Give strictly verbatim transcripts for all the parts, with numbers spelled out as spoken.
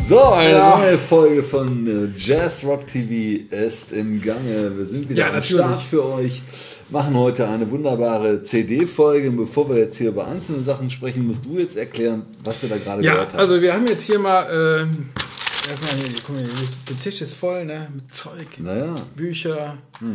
So, eine Ja. neue Folge von äh, Jazz Rock T V ist im Gange. Wir sind wieder Ja, am natürlich. Start für euch, machen heute eine wunderbare C D-Folge. Bevor wir jetzt hier über einzelne Sachen sprechen, musst du jetzt erklären, was wir da gerade Ja, gehört haben. also wir haben jetzt hier mal, äh, erstmal hier, guck mal, hier, der Tisch ist voll, ne, mit Zeug, Naja. Bücher,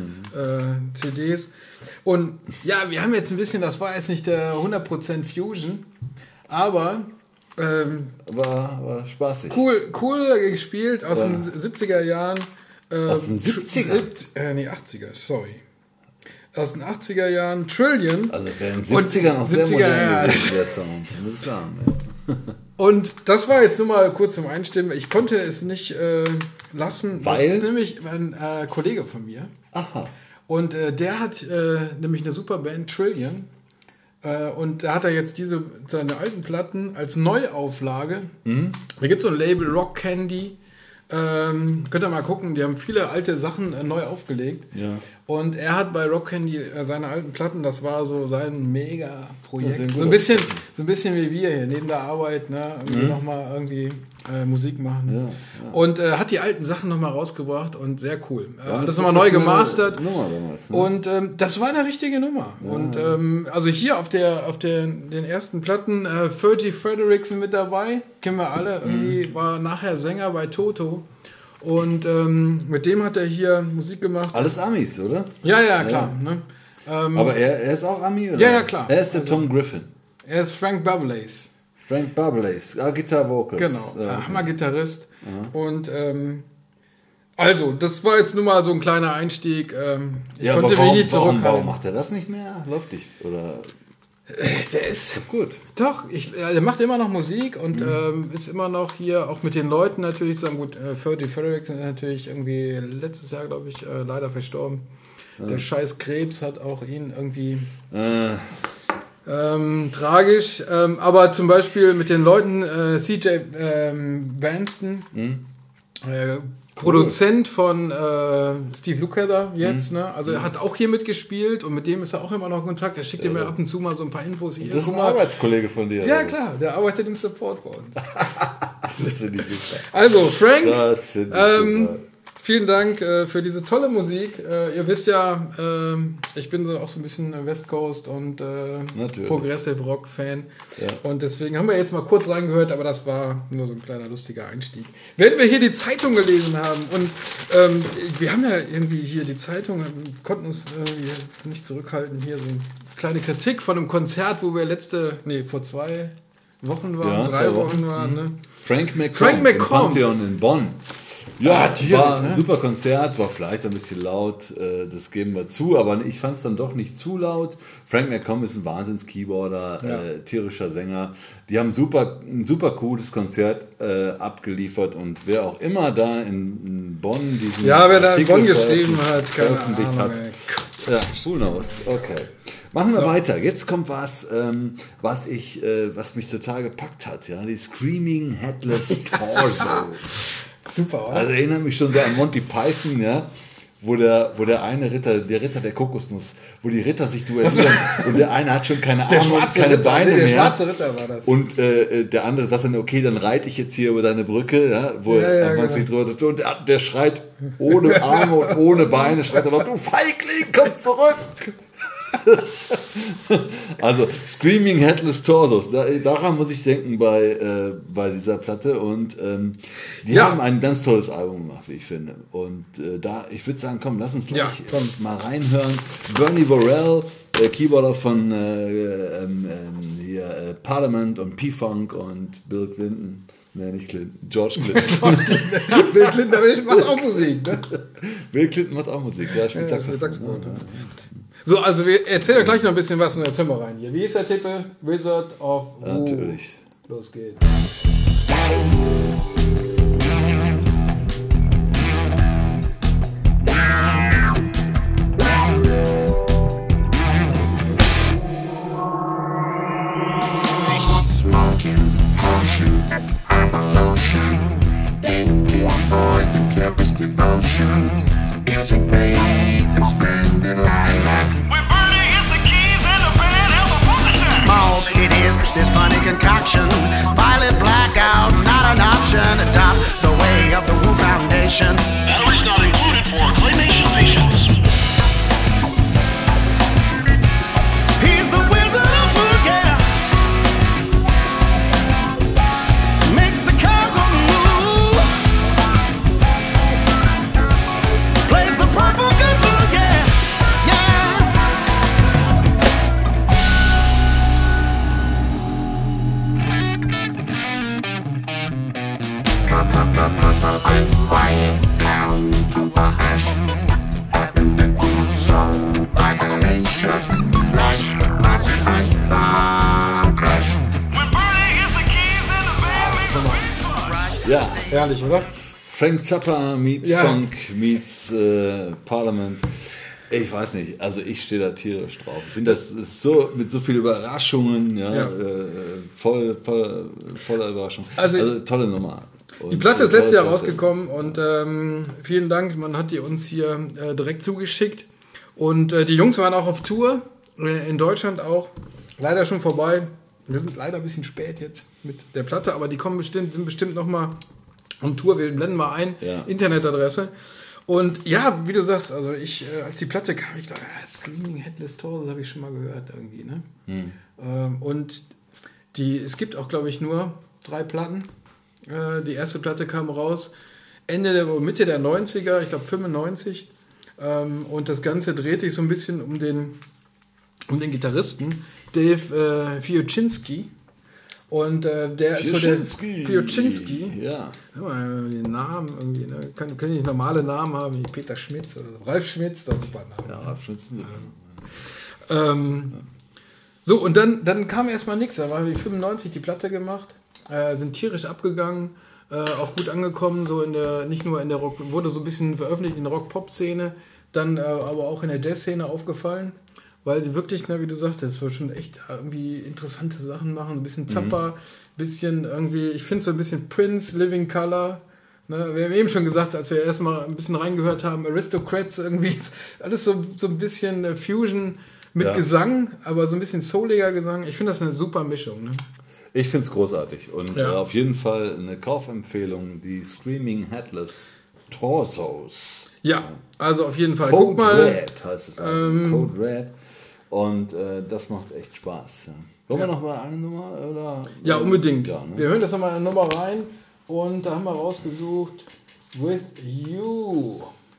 äh, C Ds. Und ja, wir haben jetzt ein bisschen, das war jetzt nicht der hundert Prozent Fusion, aber ähm, War, war spaßig. cool, cool gespielt aus Ja. den siebziger Jahren. Äh, Aus den siebziger? Sieb- Äh, nee, achtziger, sorry. Aus den achtziger Jahren, Trillion. Also wäre in den siebzigern noch sehr siebziger, modern ja. gewesen, der Sound, muss ich sagen. Ja. Und das war jetzt nur mal kurz zum Einstimmen. Ich konnte es nicht äh, lassen. Weil? Das ist nämlich ein äh, Kollege von mir. Aha. Und äh, der hat äh, nämlich eine super Band, Trillion. Äh, und da hat er jetzt diese, seine alten Platten als Neuauflage. Mhm. Da gibt es so ein Label, Rock Candy. Ähm, könnt ihr mal gucken, die haben viele alte Sachen äh, neu aufgelegt. Ja. Und er hat bei Rock Candy äh, seine alten Platten, das war so sein mega Das Projekt. sehen So gut ein bisschen, aus. so ein bisschen wie wir hier neben der Arbeit, ne, irgendwie Mhm. nochmal irgendwie äh, Musik machen. Ja, ja. Und äh, hat die alten Sachen nochmal rausgebracht und sehr cool. Äh, War eine das nochmal neu professionelle gemastert. Nummer damals, ne? Und ähm, das war eine richtige Nummer. Und ähm, also hier auf der auf der, den ersten Platten, äh, Fergie Frederiksen mit dabei, kennen wir alle, irgendwie Mhm. war nachher Sänger bei Toto. Und ähm, mit dem hat er hier Musik gemacht. Alles Amis, oder? Ja, ja, klar. Ne? Ähm, Aber er, er ist auch Ami, oder? Ja, ja, klar. Er ist der Also- Tom Griffin. er ist Frank Bubblaze. Frank Bubblaze, ah, Guitar Vocals. Genau, Ja. äh, Hammer-Gitarrist. Und ähm, also, das war jetzt nur mal so ein kleiner Einstieg. Ähm, ich Ja, konnte aber warum, mich nicht warum, warum zurückhalten. macht er das nicht mehr? Läuft nicht, oder? Der ist Gut. Doch, ich, äh, der macht immer noch Musik und ähm, ist immer noch hier, auch mit den Leuten natürlich zusammen. Gut, äh, Fergie Frederiksen ist natürlich irgendwie letztes Jahr, glaube ich, äh, leider verstorben. Der scheiß Krebs hat auch ihn irgendwie Äh, ähm, tragisch. Ähm, aber zum Beispiel mit den Leuten, äh, C J ähm, Vanston, äh, Produzent von äh, Steve Lukather jetzt, ne? Also er hat auch hier mitgespielt und mit dem ist er auch immer noch in Kontakt. Er schickt mir ab und zu mal so ein paar Infos. Hier, das ist guck ein mal. Arbeitskollege von dir. Ja, oder? klar, der arbeitet im Support bei uns. Das finde ich super. Also, Frank, Das finde ich ähm, super. vielen Dank äh, für diese tolle Musik. Äh, ihr wisst ja, äh, ich bin so auch so ein bisschen West Coast und äh, Natürlich. Progressive Rock Fan. Ja. Und deswegen haben wir jetzt mal kurz reingehört, aber das war nur so ein kleiner lustiger Einstieg. Wenn wir hier die Zeitung gelesen haben und ähm, wir haben ja irgendwie hier die Zeitung, konnten uns irgendwie nicht zurückhalten, hier so eine kleine Kritik von einem Konzert, wo wir letzte, nee, vor zwei Wochen waren, Ja, drei zwei Wochen Wochen. waren, ne? Frank McComb, Frank im McComb. Pantheon in Bonn. Ja, natürlich, war ein ne? super Konzert, war vielleicht ein bisschen laut, äh, das geben wir zu, aber ich fand es dann doch nicht zu laut. Frank McComb ist ein Wahnsinns-Keyboarder, Ja. äh, tierischer Sänger. Die haben super, ein super cooles Konzert äh, abgeliefert und wer auch immer da in, in Bonn diesen Ja, wer da in Artikel Bonn geschrieben veröffentlicht- hat, keine veröffentlicht Ahnung, hat. ey. Ja, who knows. Okay. Machen wir weiter. Jetzt kommt was, ähm, was ich, äh, was mich total gepackt hat. Ja, die Screaming Headless Torsos. Super, oder? Also erinnert mich schon sehr an Monty Python, ja, wo der, wo der eine Ritter, der Ritter der Kokosnuss, wo die Ritter sich duellieren und der eine hat schon keine Der Arme und schwarze keine Ritter, Beine nee, der mehr. schwarze Ritter war das. Und äh, der andere sagt dann, okay, dann reite ich jetzt hier über deine Brücke, ja, wo Ja, er ja, anfangs genau. sich drüber so, und der, der schreit ohne Arme und ohne Beine, schreit er noch, du Feigling, komm zurück! Also Screaming Headless Torsos, da, daran muss ich denken bei, äh, bei dieser Platte und ähm, die Ja. haben ein ganz tolles Album gemacht, wie ich finde. Und äh, da, ich würde sagen, komm, lass uns gleich Ja, komm. äh, mal reinhören. Bernie Worrell, äh, Keyboarder von äh, ähm, ähm, hier, äh, Parliament und P-Funk und Bill Clinton. Nee, nicht Clinton, George Clinton. Bill Clinton, aber der macht auch Musik, ne? Bill Clinton macht auch Musik, ja, spielt Ja, Saxophon. Saxophon, ja. So, also wir erzählen euch gleich noch ein bisschen was und jetzt hören wir rein hier. Wie ist der Titel? Wizard of Wu. Natürlich. Los geht's. Smoking, potion, hyperlotion. And of course, boys, the carries devotion. Music made and spending lilacs. When Bernie hits the keys and the band has a function. Malt it is, this funny concoction. Violet blackout, not an option. Adopt the way of the Wu Foundation. Batteries not included for claymation patients. He's the wizard of boogie. Makes the cargo move. Plays the purple kazooie. Yeah. It's quiet down to a hush. Having the groove so violations. Flash, flash, flash, bomb crash. When Bernie hits the keys and the band makes a Ja, Herrlich, oder? Frank Zappa meets Ja. Funk meets äh, Parliament. Ich weiß nicht, also ich stehe da tierisch drauf. Ich finde, das ist so mit so vielen Überraschungen, ja, Ja. Äh, voll, voll, voller Überraschung. Also- Also, tolle Nummer. Und Die Platte ist tolle letztes Jahr Platte. rausgekommen und ähm, vielen Dank, man hat die uns hier äh, direkt zugeschickt. Und äh, die Jungs waren auch auf Tour, äh, in Deutschland auch. Leider schon vorbei. Wir sind leider ein bisschen spät jetzt mit der Platte, aber die kommen bestimmt, sind bestimmt nochmal on Tour. Wir blenden mal ein, Ja. Internetadresse. Und ja, wie du sagst, also ich, äh, als die Platte kam, ich dachte, ah, Screaming Headless Torso, das habe ich schon mal gehört irgendwie. Ne? Ähm, und die, es gibt auch, glaube ich, nur drei Platten. Äh, die erste Platte kam raus Ende der Mitte der neunziger, ich glaube fünfundneunzig. Ähm, und das Ganze dreht sich so ein bisschen um den, um den Gitarristen Dave äh, Fiuczynski. Und äh, der ist so der Fiuczynski. Fiuczynski. Ja. Ja, mal den Namen irgendwie, ne? Kann, können nicht normale Namen haben, wie Peter Schmitz oder so. Ralf Schmitz, das ist ein super Name. Ja, abschnitzen. Ähm, so, und dann, dann kam erstmal nichts. Da haben wir fünfundneunzig die Platte gemacht, äh, sind tierisch abgegangen, äh, auch gut angekommen, so in der, nicht nur in der Rock, wurde so ein bisschen veröffentlicht in der Rock-Pop-Szene, dann äh, aber auch in der Jazz-Szene aufgefallen, weil sie wirklich, na, wie du sagtest, so schon echt irgendwie interessante Sachen machen, ein bisschen Zappa, ein bisschen irgendwie, ich finde so ein bisschen Prince, Living Colour. Ne, wir haben eben schon gesagt, als wir erstmal ein bisschen reingehört haben, Aristocrats irgendwie, alles so, so ein bisschen äh, Fusion mit Ja. Gesang, aber so ein bisschen souliger Gesang. Ich finde das eine super Mischung. Ne? Ich finde es großartig und Ja. äh, auf jeden Fall eine Kaufempfehlung, die Screaming Headless Torsos. Ja, also auf jeden Fall. Guck Code mal. Red heißt es. Ähm, Code Red. Und äh, das macht echt Spaß. Ja. Wollen Ja. wir noch mal eine Nummer? Oder? Ja, unbedingt. Ja, ne? Wir hören das nochmal eine Nummer rein und da haben wir rausgesucht With You.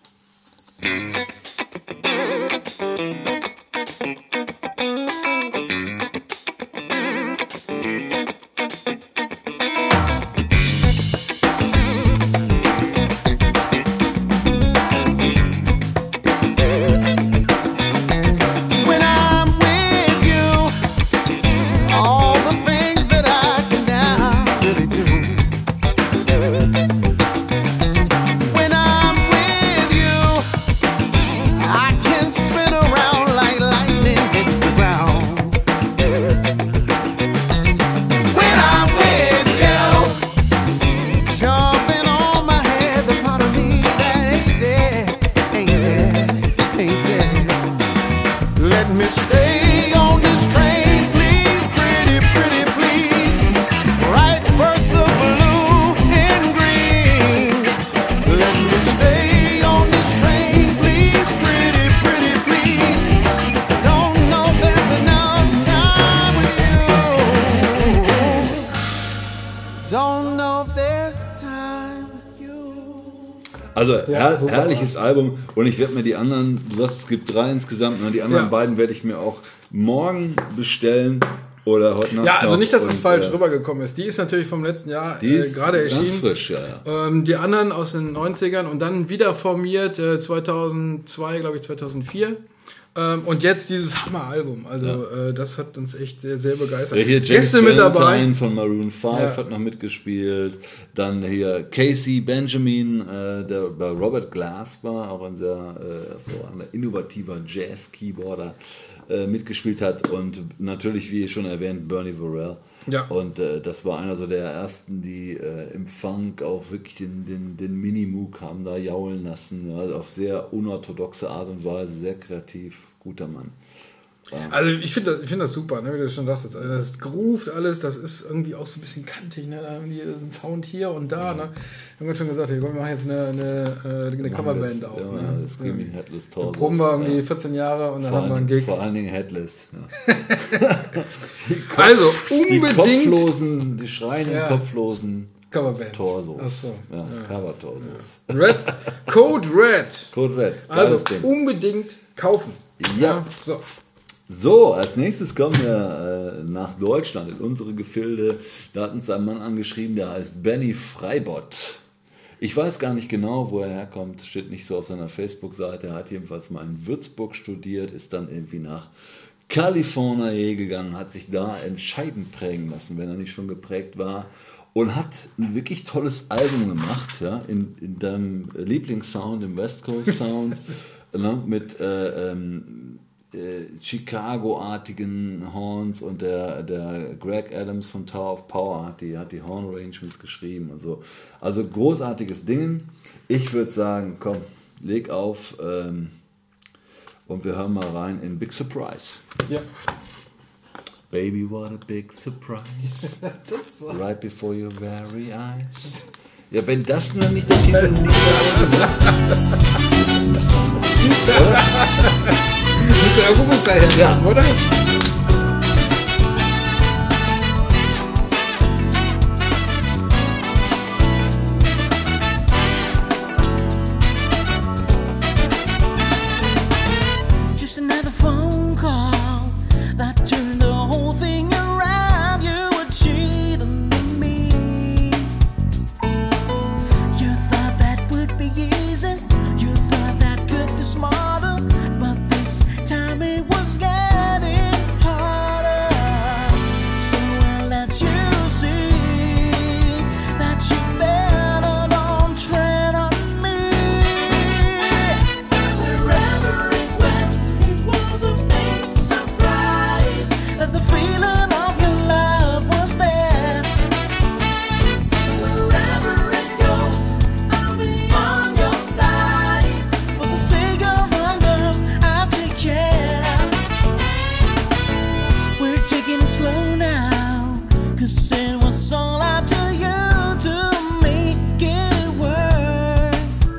When I'm with you, all the things that I can now really do. When I'm with you, I can spin around like lightning hits the ground. When I'm with you, jumping on my head, the part of me that ain't dead, ain't dead, ain't dead. Let me stay on this train, please, pretty, pretty, please. Right bursts of blue and green. Let me stay on this train, please, pretty, pretty, please. Don't know there's enough time with you. Don't know if there's time with you. Also her super. herrliches Album und ich werde mir die anderen, du sagst, es gibt drei insgesamt, und die anderen Ja. beiden werde ich mir auch morgen bestellen oder heute Nacht Ja, also noch. nicht, dass das Und, falsch äh, rübergekommen ist. Die ist natürlich vom letzten Jahr Die äh, ist gerade ganz erschienen. frisch, ja, ja. Ähm, die anderen aus den neunzigern und dann wieder formiert äh, zweitausendzwei, glaube ich, zweitausendvier. Ähm, und jetzt dieses Hammer-Album. Also äh, das hat uns echt sehr, sehr begeistert. Ja, hier James Gäste mit dabei. Valentine von Maroon fünf Ja. hat noch mitgespielt. Dann hier Casey Benjamin, äh, der bei Robert Glass war, auch ein sehr äh, hervorragender, innovativer Jazz-Keyboarder, äh, mitgespielt hat. Und natürlich, wie schon erwähnt, Bernie Worrell. Ja. Und äh, das war einer so der ersten, die äh, im Funk auch wirklich den, den, den Minimoog haben da jaulen lassen. Ja, also auf sehr unorthodoxe Art und Weise, sehr kreativ, guter Mann. Also ich finde das, ich find das super, ne, wie du schon sagtest. Also das groovt alles, das ist irgendwie auch so ein bisschen kantig. Ne? Da haben die einen Sound hier und da. Ne? Wir haben schon gesagt, wir machen jetzt eine, eine, eine Coverband auf. Ja, Ne? das Screaming Headless Torsos. Proben wir irgendwie ja. vierzehn Jahre und dann Vor haben wir einen allen, Gig. vor allen Dingen Headless. Ja. Kopf, Also die unbedingt kopflosen, die schreienden Ja. kopflosen Coverband. Torsos. Ach so. Ja, ja. Cover-Torsos. Red, Code Red. Code Red. Also geiles Ding. unbedingt kaufen. Ja. So. So, als nächstes kommen wir äh, nach Deutschland, in unsere Gefilde. Da hat uns ein Mann angeschrieben, der heißt Benny Freibott. Ich weiß gar nicht genau, wo er herkommt, steht nicht so auf seiner Facebook-Seite. Er hat jedenfalls mal in Würzburg studiert, ist dann irgendwie nach Kalifornien gegangen, hat sich da entscheidend prägen lassen, wenn er nicht schon geprägt war. Und hat ein wirklich tolles Album gemacht, ja, in, in deinem Lieblingssound, im West Coast Sound, ne, mit äh, ähm, äh, Chicago-artigen Horns, und der, der Greg Adams von Tower of Power hat die, hat die Horn Arrangements geschrieben. Also, also großartiges Ding. Ich würde sagen, komm, leg auf ähm, und wir hören mal rein in Big Surprise. Ja. Baby, what a big surprise. Das war Right before your very eyes. Ja, wenn das nur nicht der Titel nicht wäre. muss ja gut sein, Ja. oder? Just another phone call that turned the whole thing around. You were cheating on me. You thought that would be easy. You thought that could be smarter. But this time it was getting harder. So I'll let you see that you better don't tread on me. Wherever it went, it was a big surprise that the feeling of your love was there. Wherever it goes, I'll be on your side. For the sake of our love, I'll take care. We're taking it slow now, 'cause it was all up to you to make it work.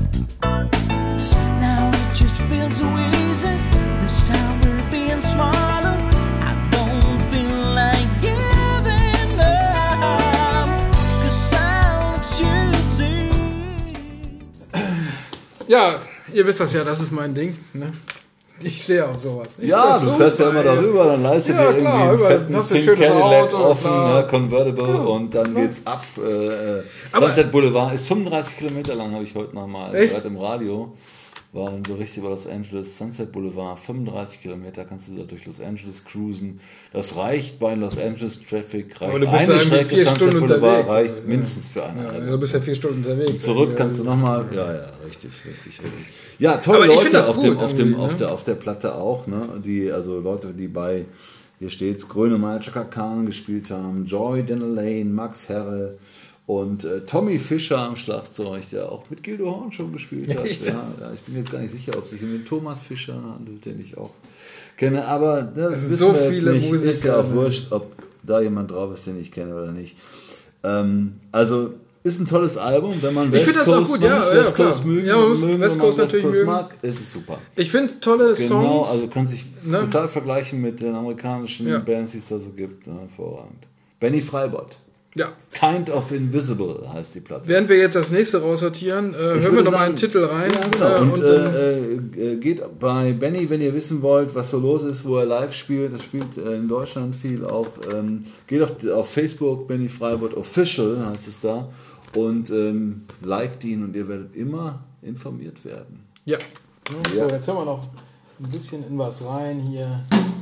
Now it just feels so easy. This time we're being smarter. I don't feel like giving up, 'cause I'll let you see. Ja, ihr wisst das ja, das ist mein Ding. Ne? Ich stehe auf sowas. Ich Ja, find das du fährst ja super, immer ey. darüber, dann leistest Ja, dir klar, irgendwie über- einen fetten hast du ein Pink schönes Cadillac Auto, offen, klar. ja, Convertible, und dann geht's ab. Äh, Aber- Sunset Boulevard ist fünfunddreißig Kilometer lang, habe ich heute noch mal Echt? gehört im Radio. War ein Bericht über Los Angeles. Sunset Boulevard, fünfunddreißig Kilometer kannst du da durch Los Angeles cruisen. Das reicht bei Los Angeles Traffic. Reicht Aber du bist eine ja irgendwie Strecke vier Sunset Stunden Boulevard unterwegs. reicht Also, ja. mindestens für eine. Ja, du bist ja vier Stunden unterwegs. Und zurück Ja, kannst du nochmal. Ja, ja, richtig, richtig, richtig. Ja, tolle Aber ich find Leute das auf, gut dem, auf, dem, irgendwie, auf, ne? der, auf der Platte auch. Ne? Die, also Leute, die bei, hier steht's, Grönemeyer, Chaka Khan gespielt haben, Joy Denelane, Max Herre und äh, Tommy Fischer am Schlagzeug, der auch mit Gildo Horn schon gespielt hat. Ja, ja, ich bin jetzt gar nicht sicher, ob es sich um den Thomas Fischer handelt, den ich auch kenne. Aber das sind wissen so wir jetzt viele nicht. Ist ja auch Musiker, ne? wurscht, ob da jemand drauf ist, den ich kenne oder nicht. Ähm, also ist ein tolles Album, wenn man Ich West find das auch Coast, gut, man ja, muss ja, West klar. Coast mögen, Ja, man muss mögen, West wenn man Coast natürlich mögen. mag, ist es super. Ich finde tolle Genau, Songs. also kann sich Ne? total vergleichen mit den amerikanischen Ja. Bands, die es da so gibt. Ja, hervorragend. Benny Freibott. Ja. Kind of Invisible heißt die Platte. Während wir jetzt das nächste raussortieren, äh, hören wir würde noch mal sagen- einen Titel rein. Ja, genau. äh, und und dann- äh, äh, geht bei Benny, wenn ihr wissen wollt, was so los ist, wo er live spielt, das spielt äh, in Deutschland viel auch, ähm, geht auf, auf Facebook, Benny Freibott Official heißt es da, und ähm, liked ihn und ihr werdet immer informiert werden. ja. Ja. So, jetzt hören wir noch ein bisschen in was rein hier.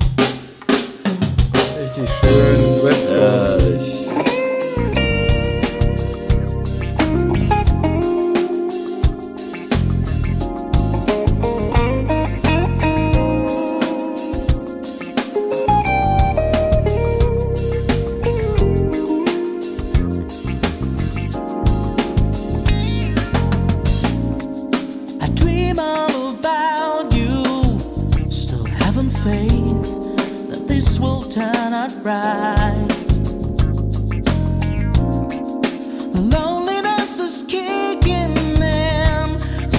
Richtig schön. West Coast. Ehrlich. I dream all about you, still having faith turn out right. Loneliness is kicking in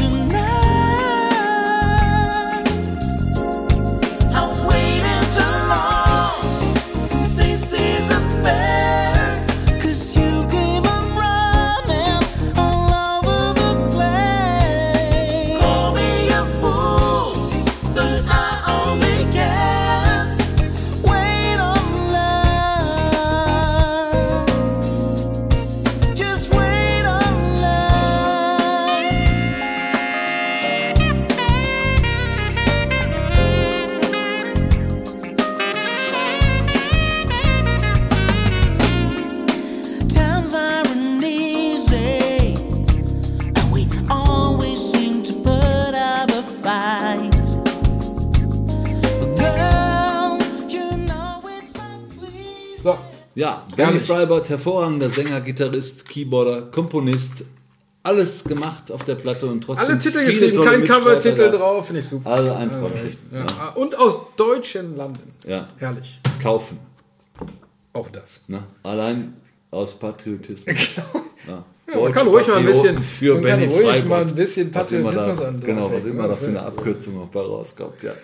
tonight. I'm waiting too long. This isn't fair. 'Cause you keep on running all over the place. Call me a fool, but I only can wait on love. Just wait on love. Times aren't easy, and we always seem to put up a fight. But girl, you know it's not pleasing. So, Ja, Benny Herrlich. Freibert, hervorragender Sänger, Gitarrist, Keyboarder, Komponist, alles gemacht auf der Platte und trotzdem alle Titel viele geschrieben, tolle kein Mitstreiter Covertitel gehabt. drauf, finde ich super. Also ein Traumschicht. Ja. Ja. Und aus deutschen Landen. Ja. Herrlich. Kaufen. Auch das. Ne? Allein aus Patriotismus. Ja. Ja, man kann ruhig mal ein bisschen, für man kann Benny ruhig Freibert. mal ein bisschen Was immer da, Patriotismus an. genau, was immer da für eine Abkürzung noch bei rauskommt. Ja.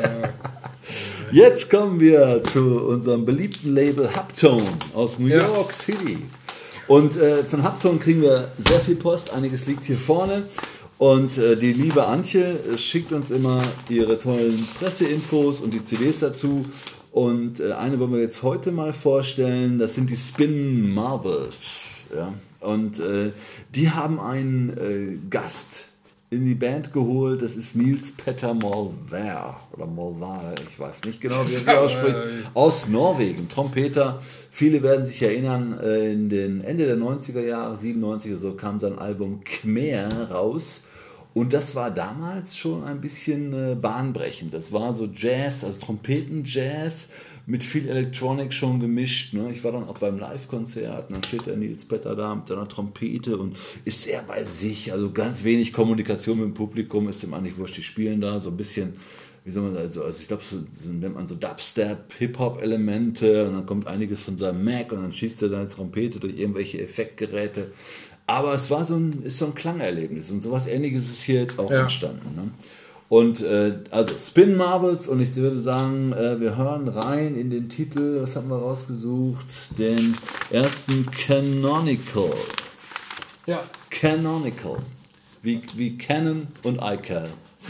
Jetzt kommen wir zu unserem beliebten Label Hubtone aus New Ja. York City. Und äh, von Hubtone kriegen wir sehr viel Post, einiges liegt hier vorne. Und äh, die liebe Antje äh, schickt uns immer ihre tollen Presseinfos und die C Ds dazu. Und äh, eine wollen wir jetzt heute mal vorstellen, das sind die Spin Marvels. Ja? Und äh, die haben einen äh, Gast in die Band geholt, das ist Niels Petter Molvær oder Molvær, ich weiß nicht genau, wie er sich ausspricht, aus Norwegen, Trompeter. Viele werden sich erinnern, äh, in den Ende der neunziger Jahre, siebenundneunzig oder so, kam sein Album Khmer raus. Und das war damals schon ein bisschen äh, bahnbrechend. Das war so Jazz, also Trompeten-Jazz mit viel Electronic schon gemischt. Ne? Ich war dann auch beim Live-Konzert und dann steht der Niels Petter da mit seiner Trompete und ist sehr bei sich. Also ganz wenig Kommunikation mit dem Publikum, ist dem eigentlich wurscht. Die spielen da so ein bisschen, wie soll man sagen, also, also ich glaube, so, so nennt man so Dubstep, Hip-Hop-Elemente und dann kommt einiges von seinem Mac und dann schießt er seine Trompete durch irgendwelche Effektgeräte. Aber es war so ein, ist so ein Klangerlebnis und sowas Ähnliches ist hier jetzt auch Ja. entstanden. Ne? Und äh, also Spin Marvels und ich würde sagen, äh, wir hören rein in den Titel, was haben wir rausgesucht? Den ersten Canonical. Ja. Canonical. Wie, wie Canon und iCal.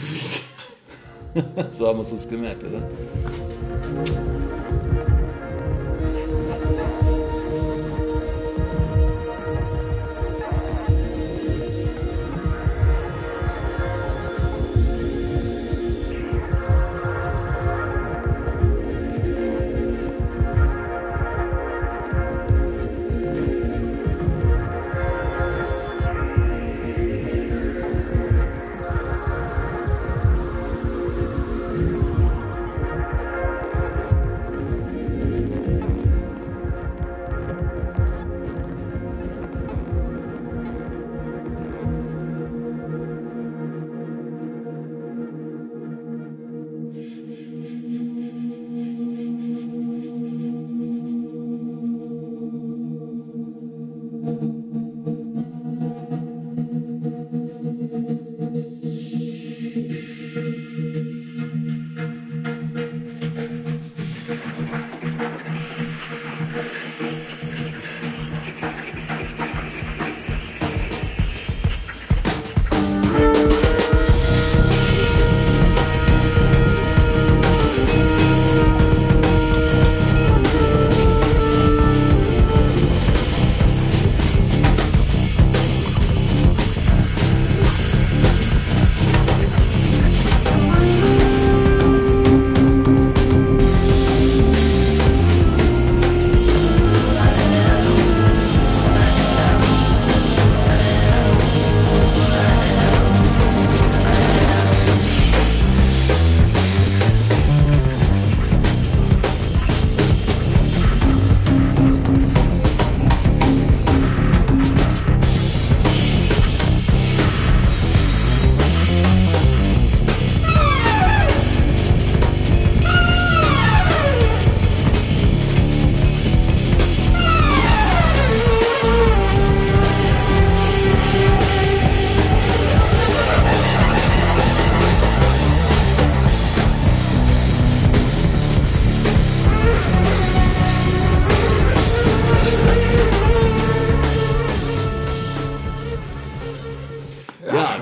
So haben wir es uns gemerkt, oder?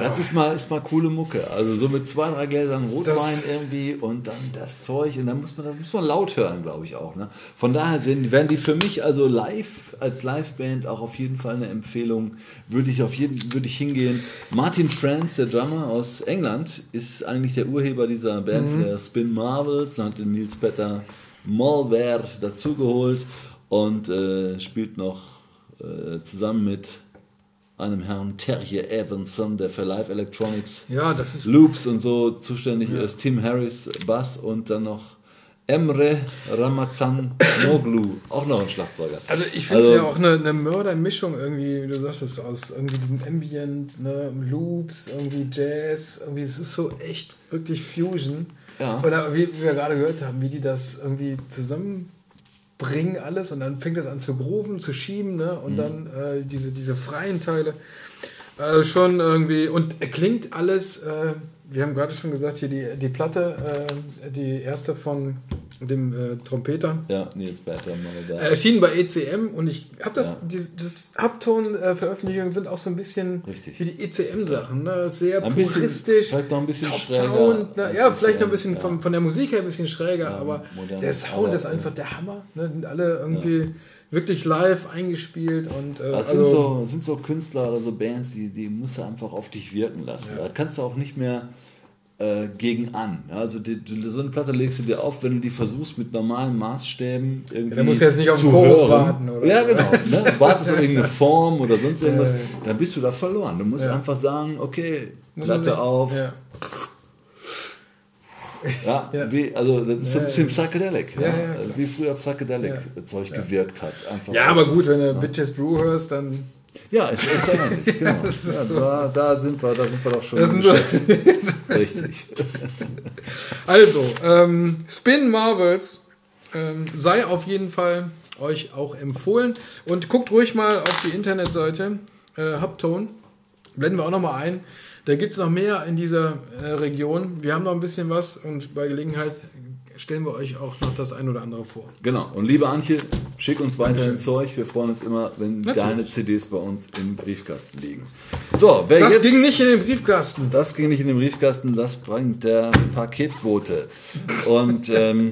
das ist mal, ist mal coole Mucke. Also so mit zwei, drei Gläsern Rotwein irgendwie und dann das Zeug und dann muss man, das muss man laut hören, glaube ich auch. Ne? Von daher sind, werden die für mich also live, als Liveband auch auf jeden Fall eine Empfehlung. Würde ich auf jeden, würde ich hingehen. Martin Franz, der Drummer aus England, ist eigentlich der Urheber dieser Band, mhm. der Spin Marvels. Dann hat den Nils Petter Malware dazugeholt und äh, spielt noch äh, zusammen mit einem Herrn Terje Evanson, der für Live Electronics Ja, das ist Loops und so zuständig Ja. ist. Tim Harris Bass und dann noch Emre Ramazan Noglu, auch noch ein Schlagzeuger. Also ich finde es Also- ja auch eine, eine Mördermischung irgendwie, wie du sagst, aus irgendwie diesem Ambient, ne, Loops, irgendwie Jazz, irgendwie, es ist so echt wirklich Fusion. Ja. Oder wie, wie wir gerade gehört haben, wie die das irgendwie zusammenbringen alles und dann fängt das an zu grooven, zu schieben, ne, und Mhm. dann äh, diese, diese freien Teile. Äh, schon irgendwie, und er klingt alles, äh, wir haben gerade schon gesagt, hier die, die Platte, äh, die erste von dem äh, Trompeter, Ja, Nils Petter mal da. äh, erschienen bei E C M und ich habe das, Ja. die, das Uptone-Veröffentlichungen sind auch so ein bisschen Richtig. wie die E C M-Sachen, ne? Sehr Ein bisschen- puristisch, vielleicht noch ein bisschen Top schräger Sound, ne? als Ja, E C vielleicht noch ein M, bisschen ja. von, von der Musik her ein bisschen schräger, aber modern, der Sound aber, ist einfach der Hammer, ne? Sind alle irgendwie wirklich live eingespielt und äh, Das also, sind, so, sind so Künstler oder so Bands, die, die musst du einfach auf dich wirken lassen. Da kannst du auch nicht mehr äh, gegen an. Ja, also die, die, so eine Platte legst du dir auf, wenn du die versuchst mit normalen Maßstäben irgendwie da musst du jetzt nicht auf den zu Chorus hören. warten, oder? Ja, genau. Ne? Wartest auf irgendeine Form oder sonst irgendwas, Ja, ja. dann bist du da verloren. Du musst Ja. einfach sagen, okay, muss man Platte sich- auf. Ja. Ja, Ja. Wie, also das ist so ein Ja, bisschen ja. Psychedelic. Ja, Ja, ja, Also klar. wie früher Psychedelic-Zeug gewirkt hat. Einfach Ja, aber als- gut, wenn du Bitches Brew hörst, dann Ja, ist, ist ja ähnlich, genau. Ja, da, da, sind wir, da sind wir doch schon Das im sind so- Geschäft. Richtig. Also, ähm, Spin Marvels ähm, sei auf jeden Fall euch auch empfohlen. Und guckt ruhig mal auf die Internetseite äh, Hubtone. Blenden wir auch noch mal ein. Da gibt es noch mehr in dieser äh, Region. Wir haben noch ein bisschen was und bei Gelegenheit stellen wir euch auch noch das ein oder andere vor. Genau. Und liebe Antje, schick uns weiterhin Zeug. Wir freuen uns immer, wenn Natürlich. deine C Ds bei uns im Briefkasten liegen. So, wer Das jetzt, ging nicht in den Briefkasten. Das ging nicht in den Briefkasten, das bringt der Paketbote. Und ähm,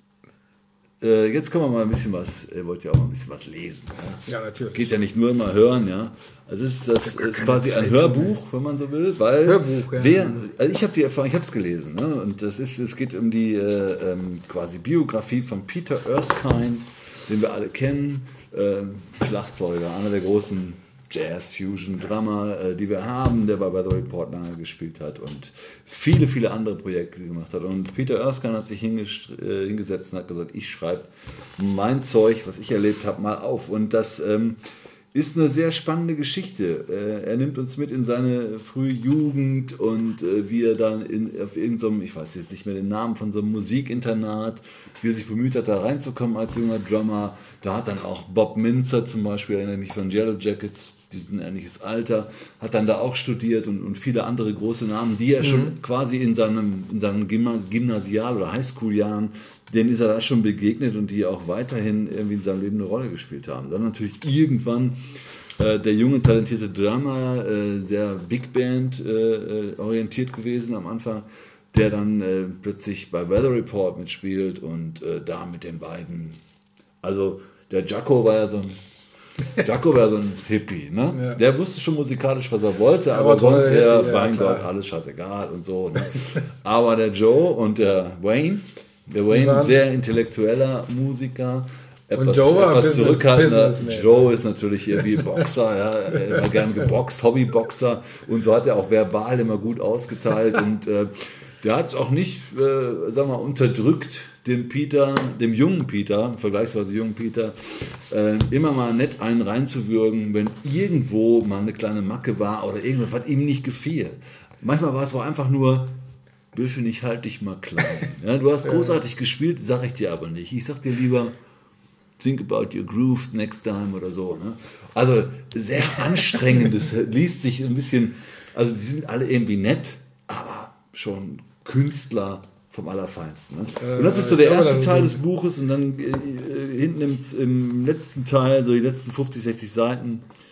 äh, jetzt können wir mal ein bisschen was, ihr wollt ja auch mal ein bisschen was lesen. Ja? Ja, natürlich. Geht ja nicht nur immer hören, ja. Also es ist, das ist quasi ein Hörbuch, wenn man so will, weil Hörbuch, ja. wer, also ich habe die Erfahrung, ich habe es gelesen, ne? Und das ist, es geht um die äh, ähm, quasi Biografie von Peter Erskine, den wir alle kennen, ähm, Schlagzeuger, einer der großen Jazz-Fusion-Drummer, äh, die wir haben, der bei Weather Report lange gespielt hat und viele, viele andere Projekte gemacht hat. Und Peter Erskine hat sich hinges- äh, hingesetzt und hat gesagt, ich schreibe mein Zeug, was ich erlebt habe, mal auf. Und das ähm, ist eine sehr spannende Geschichte. Äh, er nimmt uns mit in seine frühe Jugend und äh, wie er dann in, auf irgendeinem, ich weiß jetzt nicht mehr den Namen, von so einem Musikinternat, wie er sich bemüht hat, da reinzukommen als junger Drummer. Da hat dann auch Bob Minzer zum Beispiel, erinnere mich von Yellow Jackets, diesen ähnliches Alter, hat dann da auch studiert und, und viele andere große Namen, die er schon quasi in seinem, in seinen Gymna- Gymnasial- oder Highschool-Jahren, denen ist er da schon begegnet und die auch weiterhin irgendwie in seinem Leben eine Rolle gespielt haben. Dann natürlich irgendwann äh, der junge, talentierte Drummer, äh, sehr Big Band äh, orientiert gewesen am Anfang, der dann äh, plötzlich bei Weather Report mitspielt und äh, da mit den beiden, also der Jacko war ja so ein Jacko war so ein Hippie, ne? Ja. Der wusste schon musikalisch, was er wollte, aber, Aber sonst toll, eher, ja, mein klar. Gott, alles scheißegal und so. Ne? Aber der Joe und der Wayne, der Wayne, waren- sehr intellektueller Musiker, etwas, Joe war etwas Business- zurückhaltender. Businessman. Joe ist natürlich irgendwie Boxer, ja, er war gern geboxt, Hobbyboxer und so hat er auch verbal immer gut ausgeteilt und äh, der hat es auch nicht, äh, sag mal, unterdrückt, dem Peter, dem jungen Peter, vergleichsweise jungen Peter, äh, immer mal nett einen reinzuwürgen, wenn irgendwo mal eine kleine Macke war oder irgendwas, was ihm nicht gefiel. Manchmal war es auch einfach nur, Büschel, ich halte dich mal klein. Ja, du hast großartig gespielt, sag ich dir aber nicht. Ich sag dir lieber, think about your groove next time oder so. Ne? Also sehr anstrengendes, liest sich ein bisschen, also die sind alle irgendwie nett, aber schon Künstler vom Allerfeinsten. Ne? Und das ist so der ich glaube, erste das ist Teil so- des Buches und dann äh, hinten im, im letzten Teil, so die letzten fünfzig, sechzig Seiten,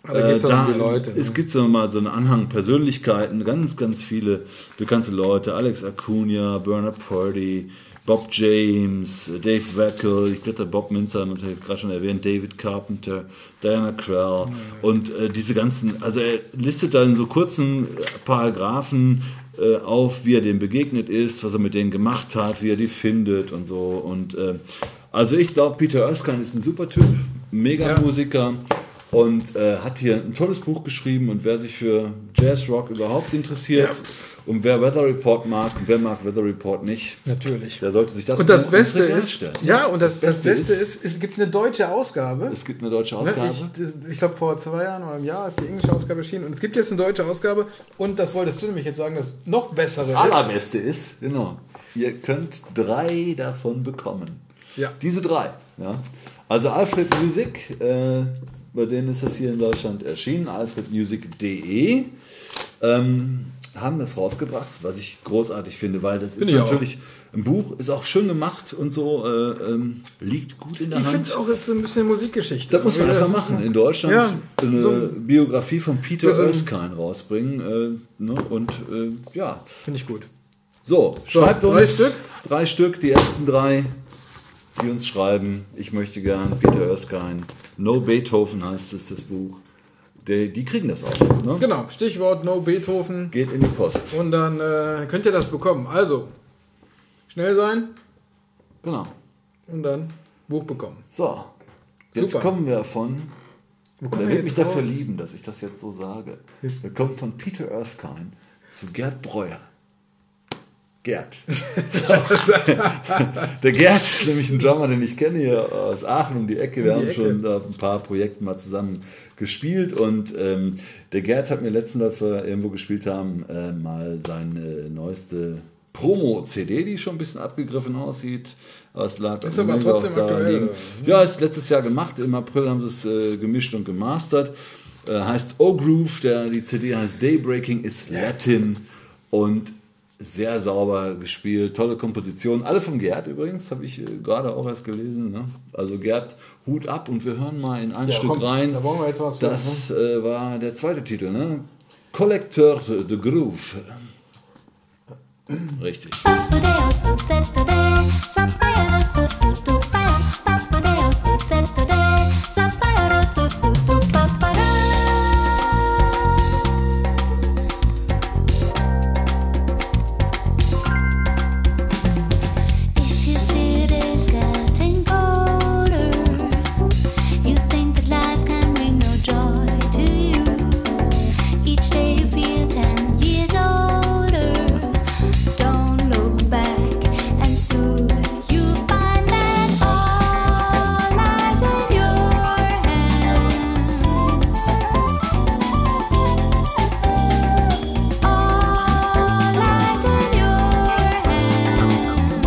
da geht's Äh, doch um die Leute, ne? Es gibt so mal so einen Anhang Persönlichkeiten, ganz, ganz viele bekannte Leute. Alex Acuna, Bernard Purdy, Bob James, Dave Wackel, ich glaube, der Bob Minzer, habe ich gerade schon erwähnt, David Carpenter, Diana Krall und äh, diese ganzen, also er listet da in so kurzen Paragraphen äh, auf, wie er denen begegnet ist, was er mit denen gemacht hat, wie er die findet und so. Und äh, also ich glaube, Peter Erskine ist ein super Typ, Mega-Musiker. Und äh, hat hier ein tolles Buch geschrieben und wer sich für Jazzrock überhaupt interessiert Ja. und wer Weather Report mag und wer mag Weather Report nicht, Natürlich. der sollte sich das Und das Buch Beste ins Regal ist, stellen. ja, und das, das Beste Beste ist- ist, es gibt eine deutsche Ausgabe. Es gibt eine deutsche Ne, Ausgabe. Ich, ich glaube, vor zwei Jahren oder einem Jahr ist die englische Ausgabe erschienen. Und es gibt jetzt eine deutsche Ausgabe. Und das wolltest du nämlich jetzt sagen, das noch bessere Das Allerbeste ist, genau, ihr könnt drei davon bekommen. Ja. Diese drei. Ja. Also Alfred Music, äh, bei denen ist das hier in Deutschland erschienen, alfred music punkt de, ähm, haben das rausgebracht, was ich großartig finde, weil das ist Finde ich auch. natürlich ein Buch, ist auch schön gemacht und so, äh, ähm, liegt gut in der Ich finde Hand. es auch ist so ein bisschen Musikgeschichte. Das muss man Also erstmal das- machen. In Deutschland Ja, eine so ein- Biografie von Peter so ein- Erskine rausbringen. Äh, ne? Und äh, ja, Finde ich gut. so, schreibt drei uns Stück? drei Stück, die ersten drei, die uns schreiben. Ich möchte gern Peter Erskine. No Beethoven heißt es, das Buch. Die, die kriegen das auch. Ne? Genau, Stichwort No Beethoven. Geht in die Post. Und dann äh, könnt ihr das bekommen. Also, schnell sein Genau. und dann Buch bekommen. So, jetzt Super. kommen wir von. Wo Der kommen wir wird mich jetzt dafür raus? lieben, dass ich das jetzt so sage. Wir kommen von Peter Erskine zu Gerd Breuer. Gerd. Der Gerd ist nämlich ein Drummer, den ich kenne hier aus Aachen um die Ecke. Wir Um die haben Ecke. schon auf ein paar Projekten mal zusammen gespielt und ähm, der Gerd hat mir letztens, als wir irgendwo gespielt haben, äh, mal seine neueste Promo-C D, die schon ein bisschen abgegriffen aussieht. Aber es lag Ist also aber mega trotzdem auch daran aktuell, liegen. oder? Ja, ist letztes Jahr gemacht. Im April haben sie es äh, gemischt und gemastert. Äh, heißt O-Groove, der, die C D heißt Daybreaking, ist Latin und sehr sauber gespielt, tolle Komposition. Alle von Gerd übrigens, habe ich äh, gerade auch erst gelesen. Ne? Also Gerd, Hut ab und wir hören mal in ein Ja, Stück komm, rein. da wollen wir jetzt was hören, Das äh, war der zweite Titel, ne? Collecteur de Groove. Richtig. If you feel it's getting colder, you think that life can bring no joy to you. Each day you feel ten years older. Don't look back, and soon you'll find that all lies in your hands. All lies in your hands.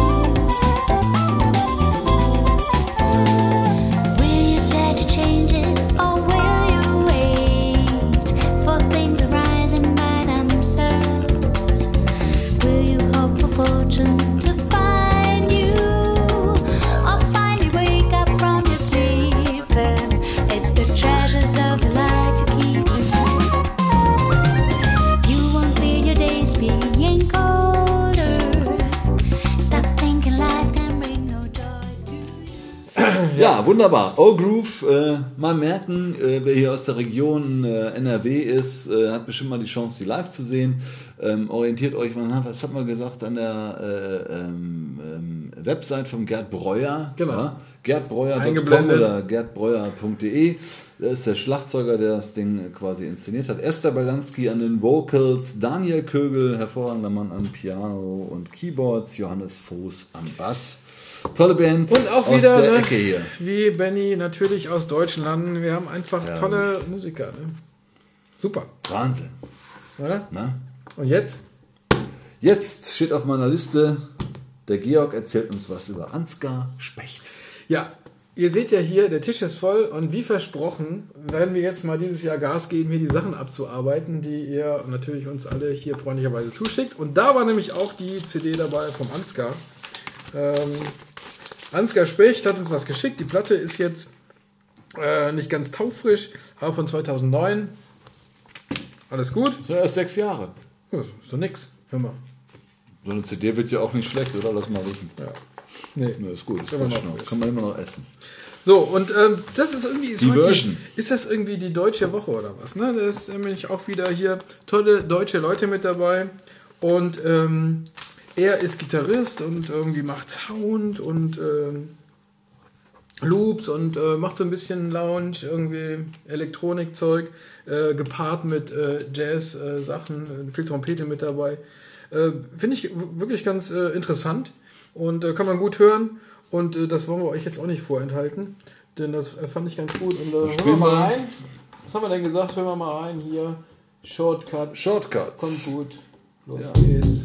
Will you dare to change it, or will you wait for things arising by themselves? Will you hope for fortune to find you, or finally wake up from your sleep? And it's the treasures of your life you keep. You won't feel your days being colder. Stop thinking life can bring no joy to you. Ja, wunderbar. O-Groove, äh, mal merken, äh, wer hier aus der Region äh, N R W ist, äh, hat bestimmt mal die Chance, die live zu sehen. Ähm, orientiert euch, was hat man gesagt, an der äh, ähm, ähm, Website von Gerd Breuer. Genau. Ja? gerdbreuer punkt com Eingeblendet. oder gerdbreuer punkt de. Der ist der Schlagzeuger, der das Ding quasi inszeniert hat. Esther Balanski an den Vocals, Daniel Kögel, hervorragender Mann am Piano und Keyboards, Johannes Voß am Bass. Tolle Band Und auch aus wieder, der ne, Ecke hier. wie Benny, natürlich aus deutschen Landen. Wir haben einfach Ja, tolle Musiker. Ne? Super, Wahnsinn. oder? Ne? Und jetzt? Jetzt steht auf meiner Liste, der Georg erzählt uns was über Ansgar Specht. Ja, ihr seht ja hier, der Tisch ist voll und wie versprochen werden wir jetzt mal dieses Jahr Gas geben, hier die Sachen abzuarbeiten, die ihr natürlich uns alle hier freundlicherweise zuschickt. Und da war nämlich auch die C D dabei vom Ansgar. Ähm, Ansgar Specht hat uns was geschickt. Die Platte ist jetzt Äh, nicht ganz taufrisch, aber von zweitausendneun. Alles gut? Das sind erst sechs Jahre. Ja, ist doch nix. Hör mal. So eine C D wird ja auch nicht schlecht, oder? Lass mal riechen. Ja. Nee. Ja, ist gut. Ist Immer frisch noch noch. frisch. Kann man immer noch essen. So, und ähm, das ist irgendwie. Ist, Die heute- Version. ist das irgendwie die deutsche Woche oder was? Ne? Da ist nämlich auch wieder hier tolle deutsche Leute mit dabei. Und ähm, er ist Gitarrist und irgendwie macht Sound und ähm, Loops und äh, macht so ein bisschen Lounge, irgendwie Elektronikzeug, äh, gepaart mit äh, Jazz-Sachen, äh, viel Trompete mit dabei. Äh, Finde ich w- wirklich ganz äh, interessant und äh, kann man gut hören. Und äh, das wollen wir euch jetzt auch nicht vorenthalten, denn das äh, fand ich ganz gut. Und äh, hören wir spielen mal wir- rein. Was haben wir denn gesagt? Hören wir mal rein hier. Shortcut. Shortcuts. Kommt gut. Los geht's.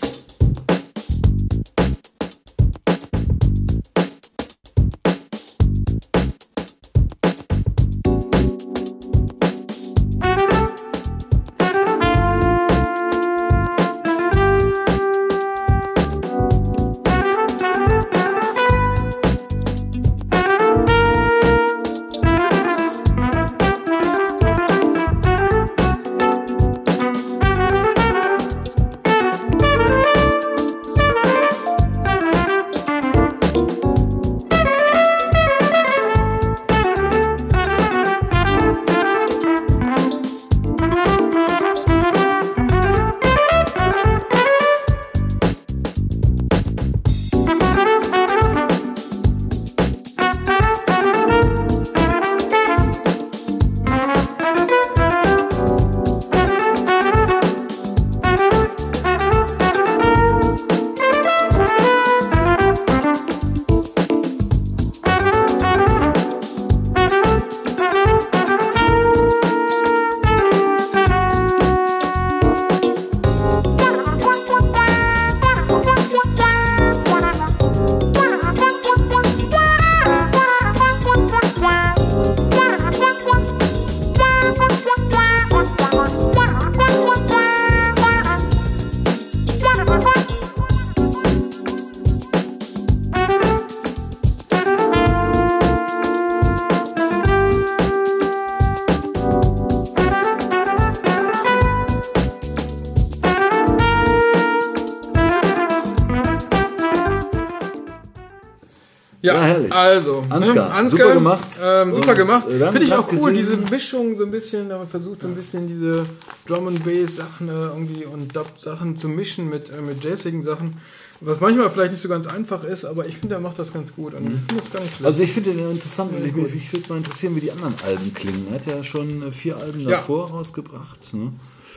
Ja, Ja, herrlich. also. Ansgar, ne? super gemacht. Ähm, super Und, gemacht. äh, wir haben Finde ich auch grad cool, gesehen- diese Mischung so ein bisschen, da man versucht so ein bisschen diese Drum and Bass Sachen äh, irgendwie und Dub Sachen zu mischen mit, äh, mit jazzigen Sachen. Was manchmal vielleicht nicht so ganz einfach ist, aber ich finde, er macht das ganz gut. Und ich finde das gar nicht schlecht. Also ich finde den interessant und ich, mich- ich würde mal interessieren, wie die anderen Alben klingen. Er hat ja schon äh, vier Alben Ja. davor rausgebracht. Ne?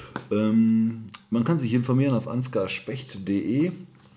Ähm, man kann sich informieren auf ansgarspecht punkt de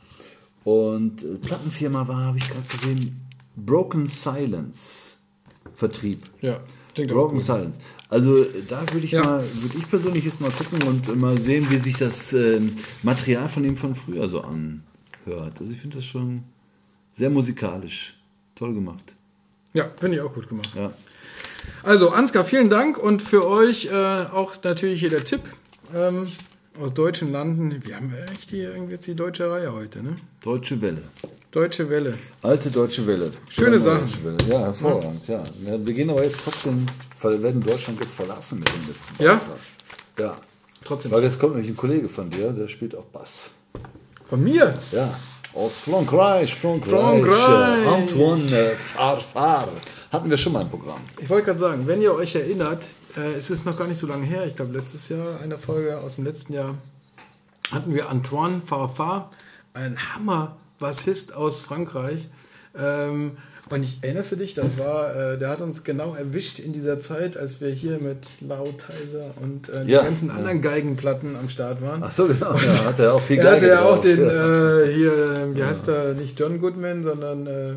und äh, Plattenfirma war, habe ich gerade gesehen, Broken Silence Vertrieb. ja, klingt auch Broken gut. Silence. Also äh, da würde ich Ja. mal, würde ich persönlich jetzt mal gucken und äh, mal sehen, wie sich das ähm, Material von ihm von früher so anhört. Also ich finde das schon sehr musikalisch. Toll gemacht. Ja, finde ich auch gut gemacht. Ja. Also, Ansgar, vielen Dank und für euch äh, auch natürlich hier der Tipp ähm, aus deutschen Landen. Wir haben echt hier irgendwie jetzt die deutsche Reihe heute, ne? Deutsche Welle. Deutsche Welle. Alte Deutsche Welle. Schöne Oder Sachen. Deutsche Welle. Ja, hervorragend. Ja. Ja, wir gehen aber jetzt trotzdem, wir werden Deutschland jetzt verlassen mit dem letzten Ja? Beitrag. Ja. Trotzdem. Weil jetzt kommt nämlich ein Kollege von dir, der spielt auch Bass. Von mir? Ja. Aus Frankreich, Frankreich. Frankreich. Äh, Antoine äh, Farfar. Hatten wir schon mal im Programm. Ich wollte gerade sagen, wenn ihr euch erinnert, äh, es ist noch gar nicht so lange her, ich glaube letztes Jahr, eine Folge aus dem letzten Jahr, hatten wir Antoine Farfar, ein Hammer-Bassist aus Frankreich. Ähm, und ich, erinnerst du dich, das war, äh, der hat uns genau erwischt in dieser Zeit, als wir hier mit Lauteiser und äh, die Ja. ganzen anderen Geigenplatten am Start waren. Ach so, genau. Ja, hat er auch viel Er hatte Geige ja auch drauf. den, Ja. äh, hier, wie heißt er, nicht John Goodman, sondern, äh,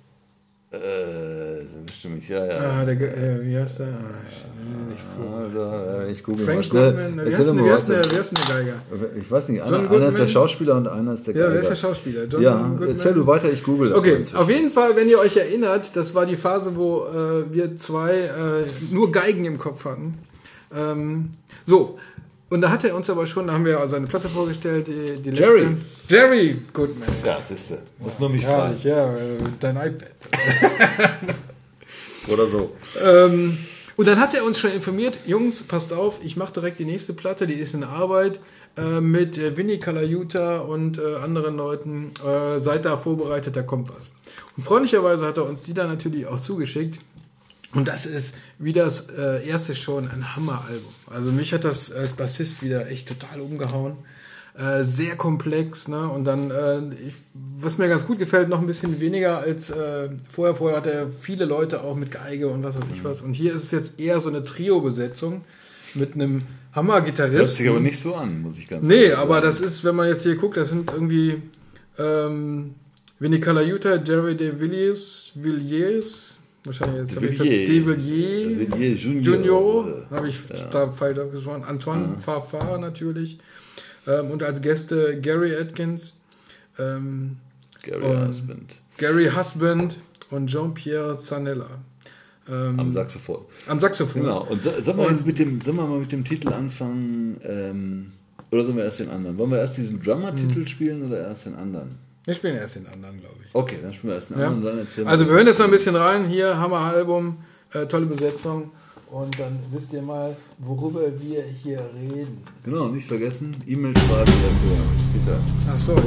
Äh, so bestimmt, ja, ja. ah, der, Ge- äh, wie heißt der? Ah, ich, nicht vor. Also, äh, ich google Frank mal schnell. Goodman, wie Erzähl heißt, doch denn- mal wie, heißt weiter. der, wie heißt denn der Geiger? Ich weiß nicht, einer, John einer ist der Goodman? Schauspieler und einer ist der Ja, Geiger. wer ist der Schauspieler? John Ja, Goodman? erzähl du weiter, ich google das. Okay, mal inzwischen. auf jeden Fall, wenn ihr euch erinnert, das war die Phase, wo äh, wir zwei äh, nur Geigen im Kopf hatten. Ähm, so, und da hat er uns aber schon, da haben wir seine Platte vorgestellt, die, die letzte. Jerry. Jerry Goodman. Ja, siehste. Muss nur mich fragen. Herrlich, ja, äh, dein iPad. Oder so. Ähm, und dann hat er uns schon informiert, Jungs, passt auf, ich mache direkt die nächste Platte, die ist in Arbeit äh, mit äh, Vinnie Colaiuta und äh, anderen Leuten. Äh, seid da vorbereitet, da kommt was. Und freundlicherweise hat er uns die dann natürlich auch zugeschickt. Und das ist, wie das äh, erste schon, ein Hammeralbum. Also mich hat das als Bassist wieder echt total umgehauen. Äh, sehr komplex, ne? Und dann, äh, ich, was mir ganz gut gefällt, noch ein bisschen weniger als äh, vorher. Vorher hat er viele Leute auch mit Geige und was weiß ich was. Und hier ist es jetzt eher so eine Trio-Besetzung mit einem Hört Hammer-Gitarristen. sich aber nicht so an, muss ich ganz Nee, ehrlich aber sagen. das ist, wenn man jetzt hier guckt, das sind irgendwie ähm, Vinnie Colaiuta, Jerry de Villiers, Villiers, wahrscheinlich jetzt habe ich gesagt, Villiers. De Villiers, De Villiers Junior. Junior, Äh, habe ich da falsch gesprochen, Antoine Farfar natürlich ähm, und als Gäste Gary Atkins, ähm, Gary und- Husband. Gary Husband und Jean-Pierre Zanella ähm, Am Saxophon. am Saxophon. Genau. Und so, sollen, wir jetzt mit dem, sollen wir mal mit dem Titel anfangen? Ähm, oder sollen wir erst den anderen? Wollen wir erst diesen Drummer-Titel spielen oder erst den anderen? Wir spielen erst den anderen, glaube ich. Okay, dann spielen wir erst den Ja. anderen und dann erzählen Also wir wir hören jetzt mal ein bisschen rein. Hier, Hammer-Album, äh, tolle Besetzung. Und dann wisst ihr mal, worüber wir hier reden. Genau, nicht vergessen, E-Mail schreiben dafür. Bitte. Ach so, ja.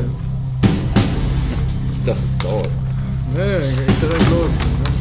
Ich dachte, es dauert. Nee, dann geht direkt los.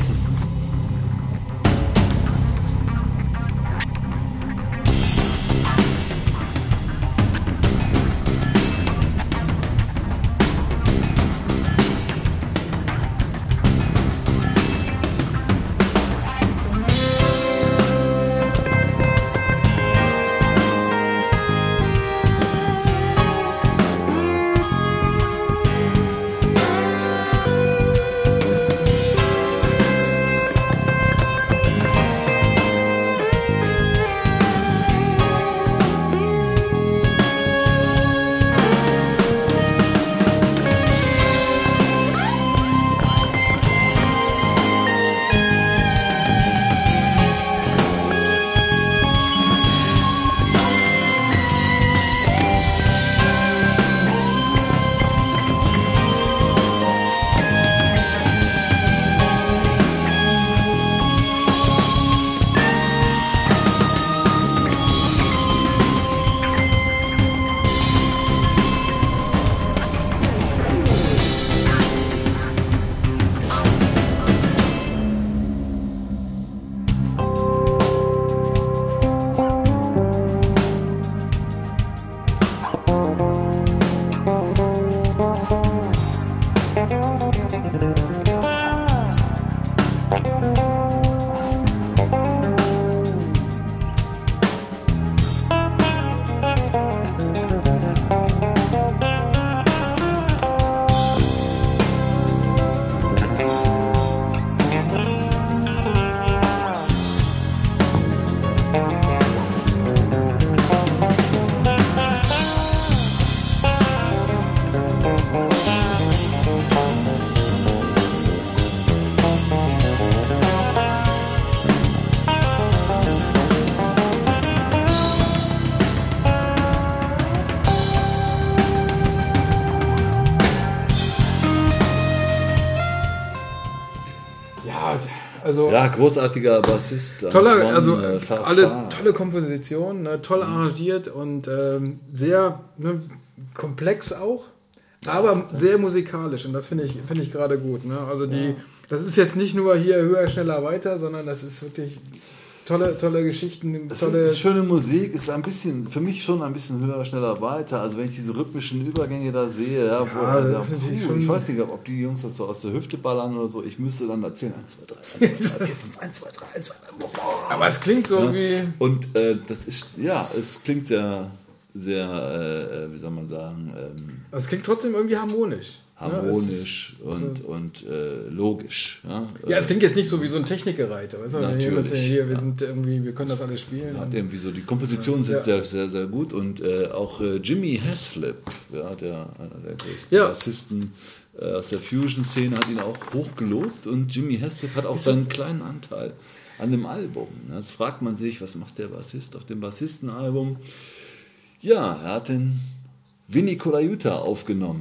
Also Ja, großartiger Bassist. toller, Antoine, also äh, Farfar. alle tolle Kompositionen, ne, toll arrangiert und ähm, sehr ne, komplex auch, aber sehr musikalisch und das finde ich finde ich gerade gut. Ne? Also die, das ist jetzt nicht nur hier höher, schneller, weiter, sondern das ist wirklich tolle tolle Geschichten, Es tolle. ist schöne Musik, ist ein bisschen, für mich schon ein bisschen höher, schneller, weiter. Also wenn ich diese rhythmischen Übergänge da sehe, ja, wo, Ja, das ja, ist natürlich puh, schon- ich weiß nicht, ob die Jungs das so aus der Hüfte ballern oder so. Ich müsste dann erzählen, eins, zwei, drei, eins, zwei, drei, vier, fünf, eins, zwei, drei, eins, zwei, drei, boah. Aber es klingt so wie Und äh, das ist, ja, es klingt sehr, sehr, äh, wie soll man sagen, ähm, es klingt trotzdem irgendwie harmonisch. Ne? harmonisch Es ist und, und äh, logisch. Ja, Ja, es klingt jetzt nicht so wie so ein Technikgeräte, weißt du? Wenn jemand, Natürlich, hier, wir ja. sind irgendwie, wir können das alles spielen. Hat irgendwie so, die Kompositionen sind Ja. sehr, sehr, sehr gut und äh, auch äh, Jimmy Haslip, ja, der, einer der größten Ja. Bassisten äh, aus der Fusion-Szene, hat ihn auch hoch gelobt und Jimmy Haslip hat auch seinen kleinen Anteil an dem Album. Jetzt fragt man sich, was macht der Bassist auf dem Bassistenalbum? Ja, er hat den Vinnie Colaiuta aufgenommen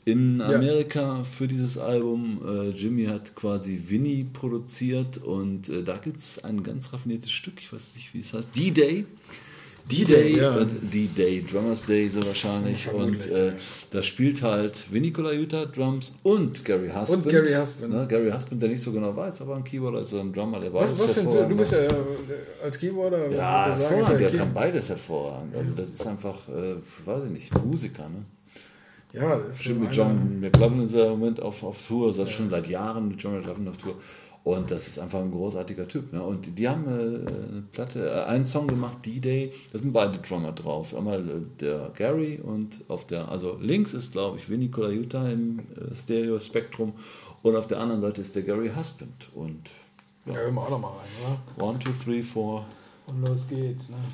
in Amerika für dieses Album. Äh, Jimmy hat quasi Vinnie produziert und äh, da gibt es ein ganz raffiniertes Stück, ich weiß nicht, wie es heißt, D-Day. D-Day, ja. äh, D-Day, Drummers Day so wahrscheinlich. Und äh, da spielt halt Vinnie Colaiuta Drums und Gary Husband. Und Gary Husband. Ne? Gary Husband, der nicht so genau weiß, aber ein Keyboarder ist so ein Drummer, der weiß Was, was für ein hervorragend. Du bist ja äh, als Keyboarder. Ja, was wir sagen, hervorragend, ist ja der Key- kann beides hervorragend. Also das ist einfach, äh, weiß ich nicht, Musiker, ne? Ja, das ist Stimmt, so mit einer- John McLaughlin ist er im Moment auf, auf Tour, das ist schon seit Jahren mit John McLaughlin auf Tour. Und das ist einfach ein großartiger Typ. Ne? Und die, die haben äh, eine Platte, äh, einen Song gemacht, D-Day, da sind beide Drummer drauf. Einmal äh, der Gary und auf der, also links ist, glaube ich, Vinnie Colaiuta im äh, Stereo-Spektrum und auf der anderen Seite ist der Gary Husband. Und Ja, hören wir auch nochmal rein, oder? one, two, three, four. Und los geht's, ne?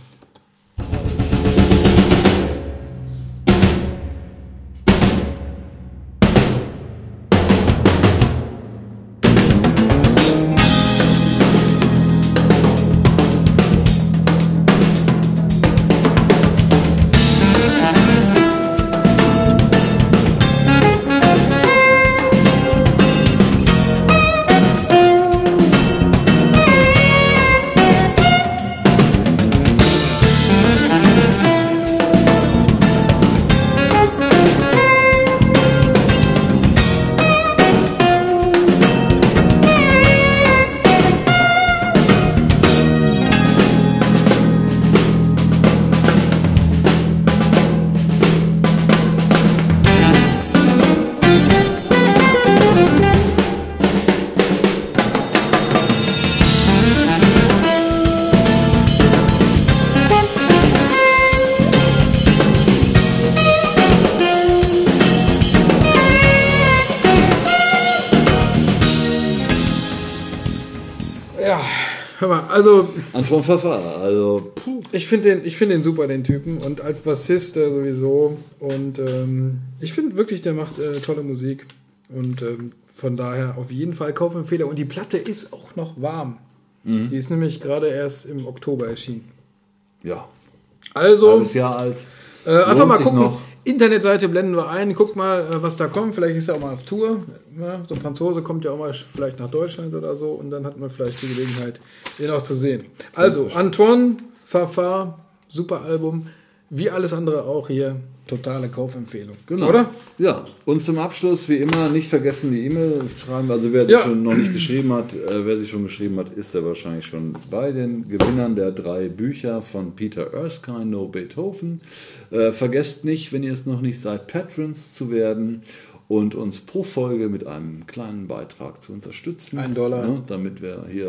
Ja, hör mal, also Antoine Pfeffer, also puh. ich finde den, ich find den super, den Typen. Und als Bassist äh, sowieso. Und ähm, ich finde wirklich, der macht äh, tolle Musik. Und ähm, von daher auf jeden Fall Kaufempfehler. Und die Platte ist auch noch warm. Die ist nämlich gerade erst im Oktober erschienen. Ja, Also, halbes Jahr alt. äh, einfach Lohnt mal sich gucken. noch. Internetseite blenden wir ein. Guck mal, äh, was da kommt. Vielleicht ist er auch mal auf Tour. Ja, so ein Franzose kommt ja auch mal vielleicht nach Deutschland oder so. Und dann hat man vielleicht die Gelegenheit, den auch zu sehen. Also, Antoine Pfeffer, super Album. Wie alles andere auch hier. Totale Kaufempfehlung. Genau. Oder? Ja, und zum Abschluss, wie immer, nicht vergessen, die E-Mail schreiben. Also wer sie Ja. schon noch nicht geschrieben hat, äh, wer sie schon geschrieben hat, ist ja wahrscheinlich schon bei den Gewinnern der drei Bücher von Peter Erskine, No Beethoven. Äh, vergesst nicht, wenn ihr es noch nicht seid, Patrons zu werden und uns pro Folge mit einem kleinen Beitrag zu unterstützen. Ein Dollar. Ne, damit wir hier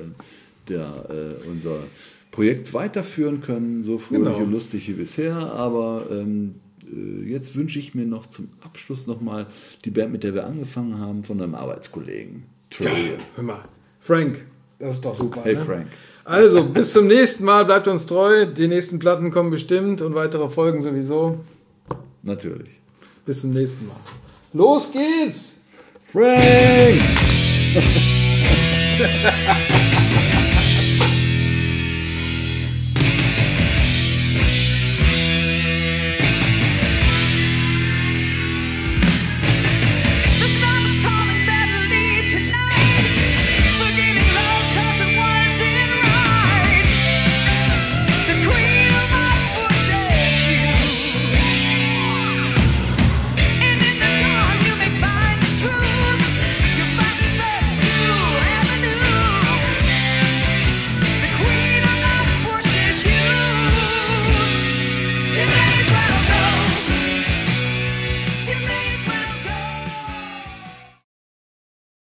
äh, der, äh, unser Projekt weiterführen können, so fröhlich Genau. und lustig wie bisher. Aber ähm, äh, jetzt wünsche ich mir noch zum Abschluss nochmal die Band, mit der wir angefangen haben, von einem Arbeitskollegen. Trillion. Hör mal. Frank, das ist doch super. Hey ne? Frank. Also, bis zum nächsten Mal. Bleibt uns treu. Die nächsten Platten kommen bestimmt und weitere Folgen sowieso. Natürlich. Bis zum nächsten Mal. Los geht's! Frank!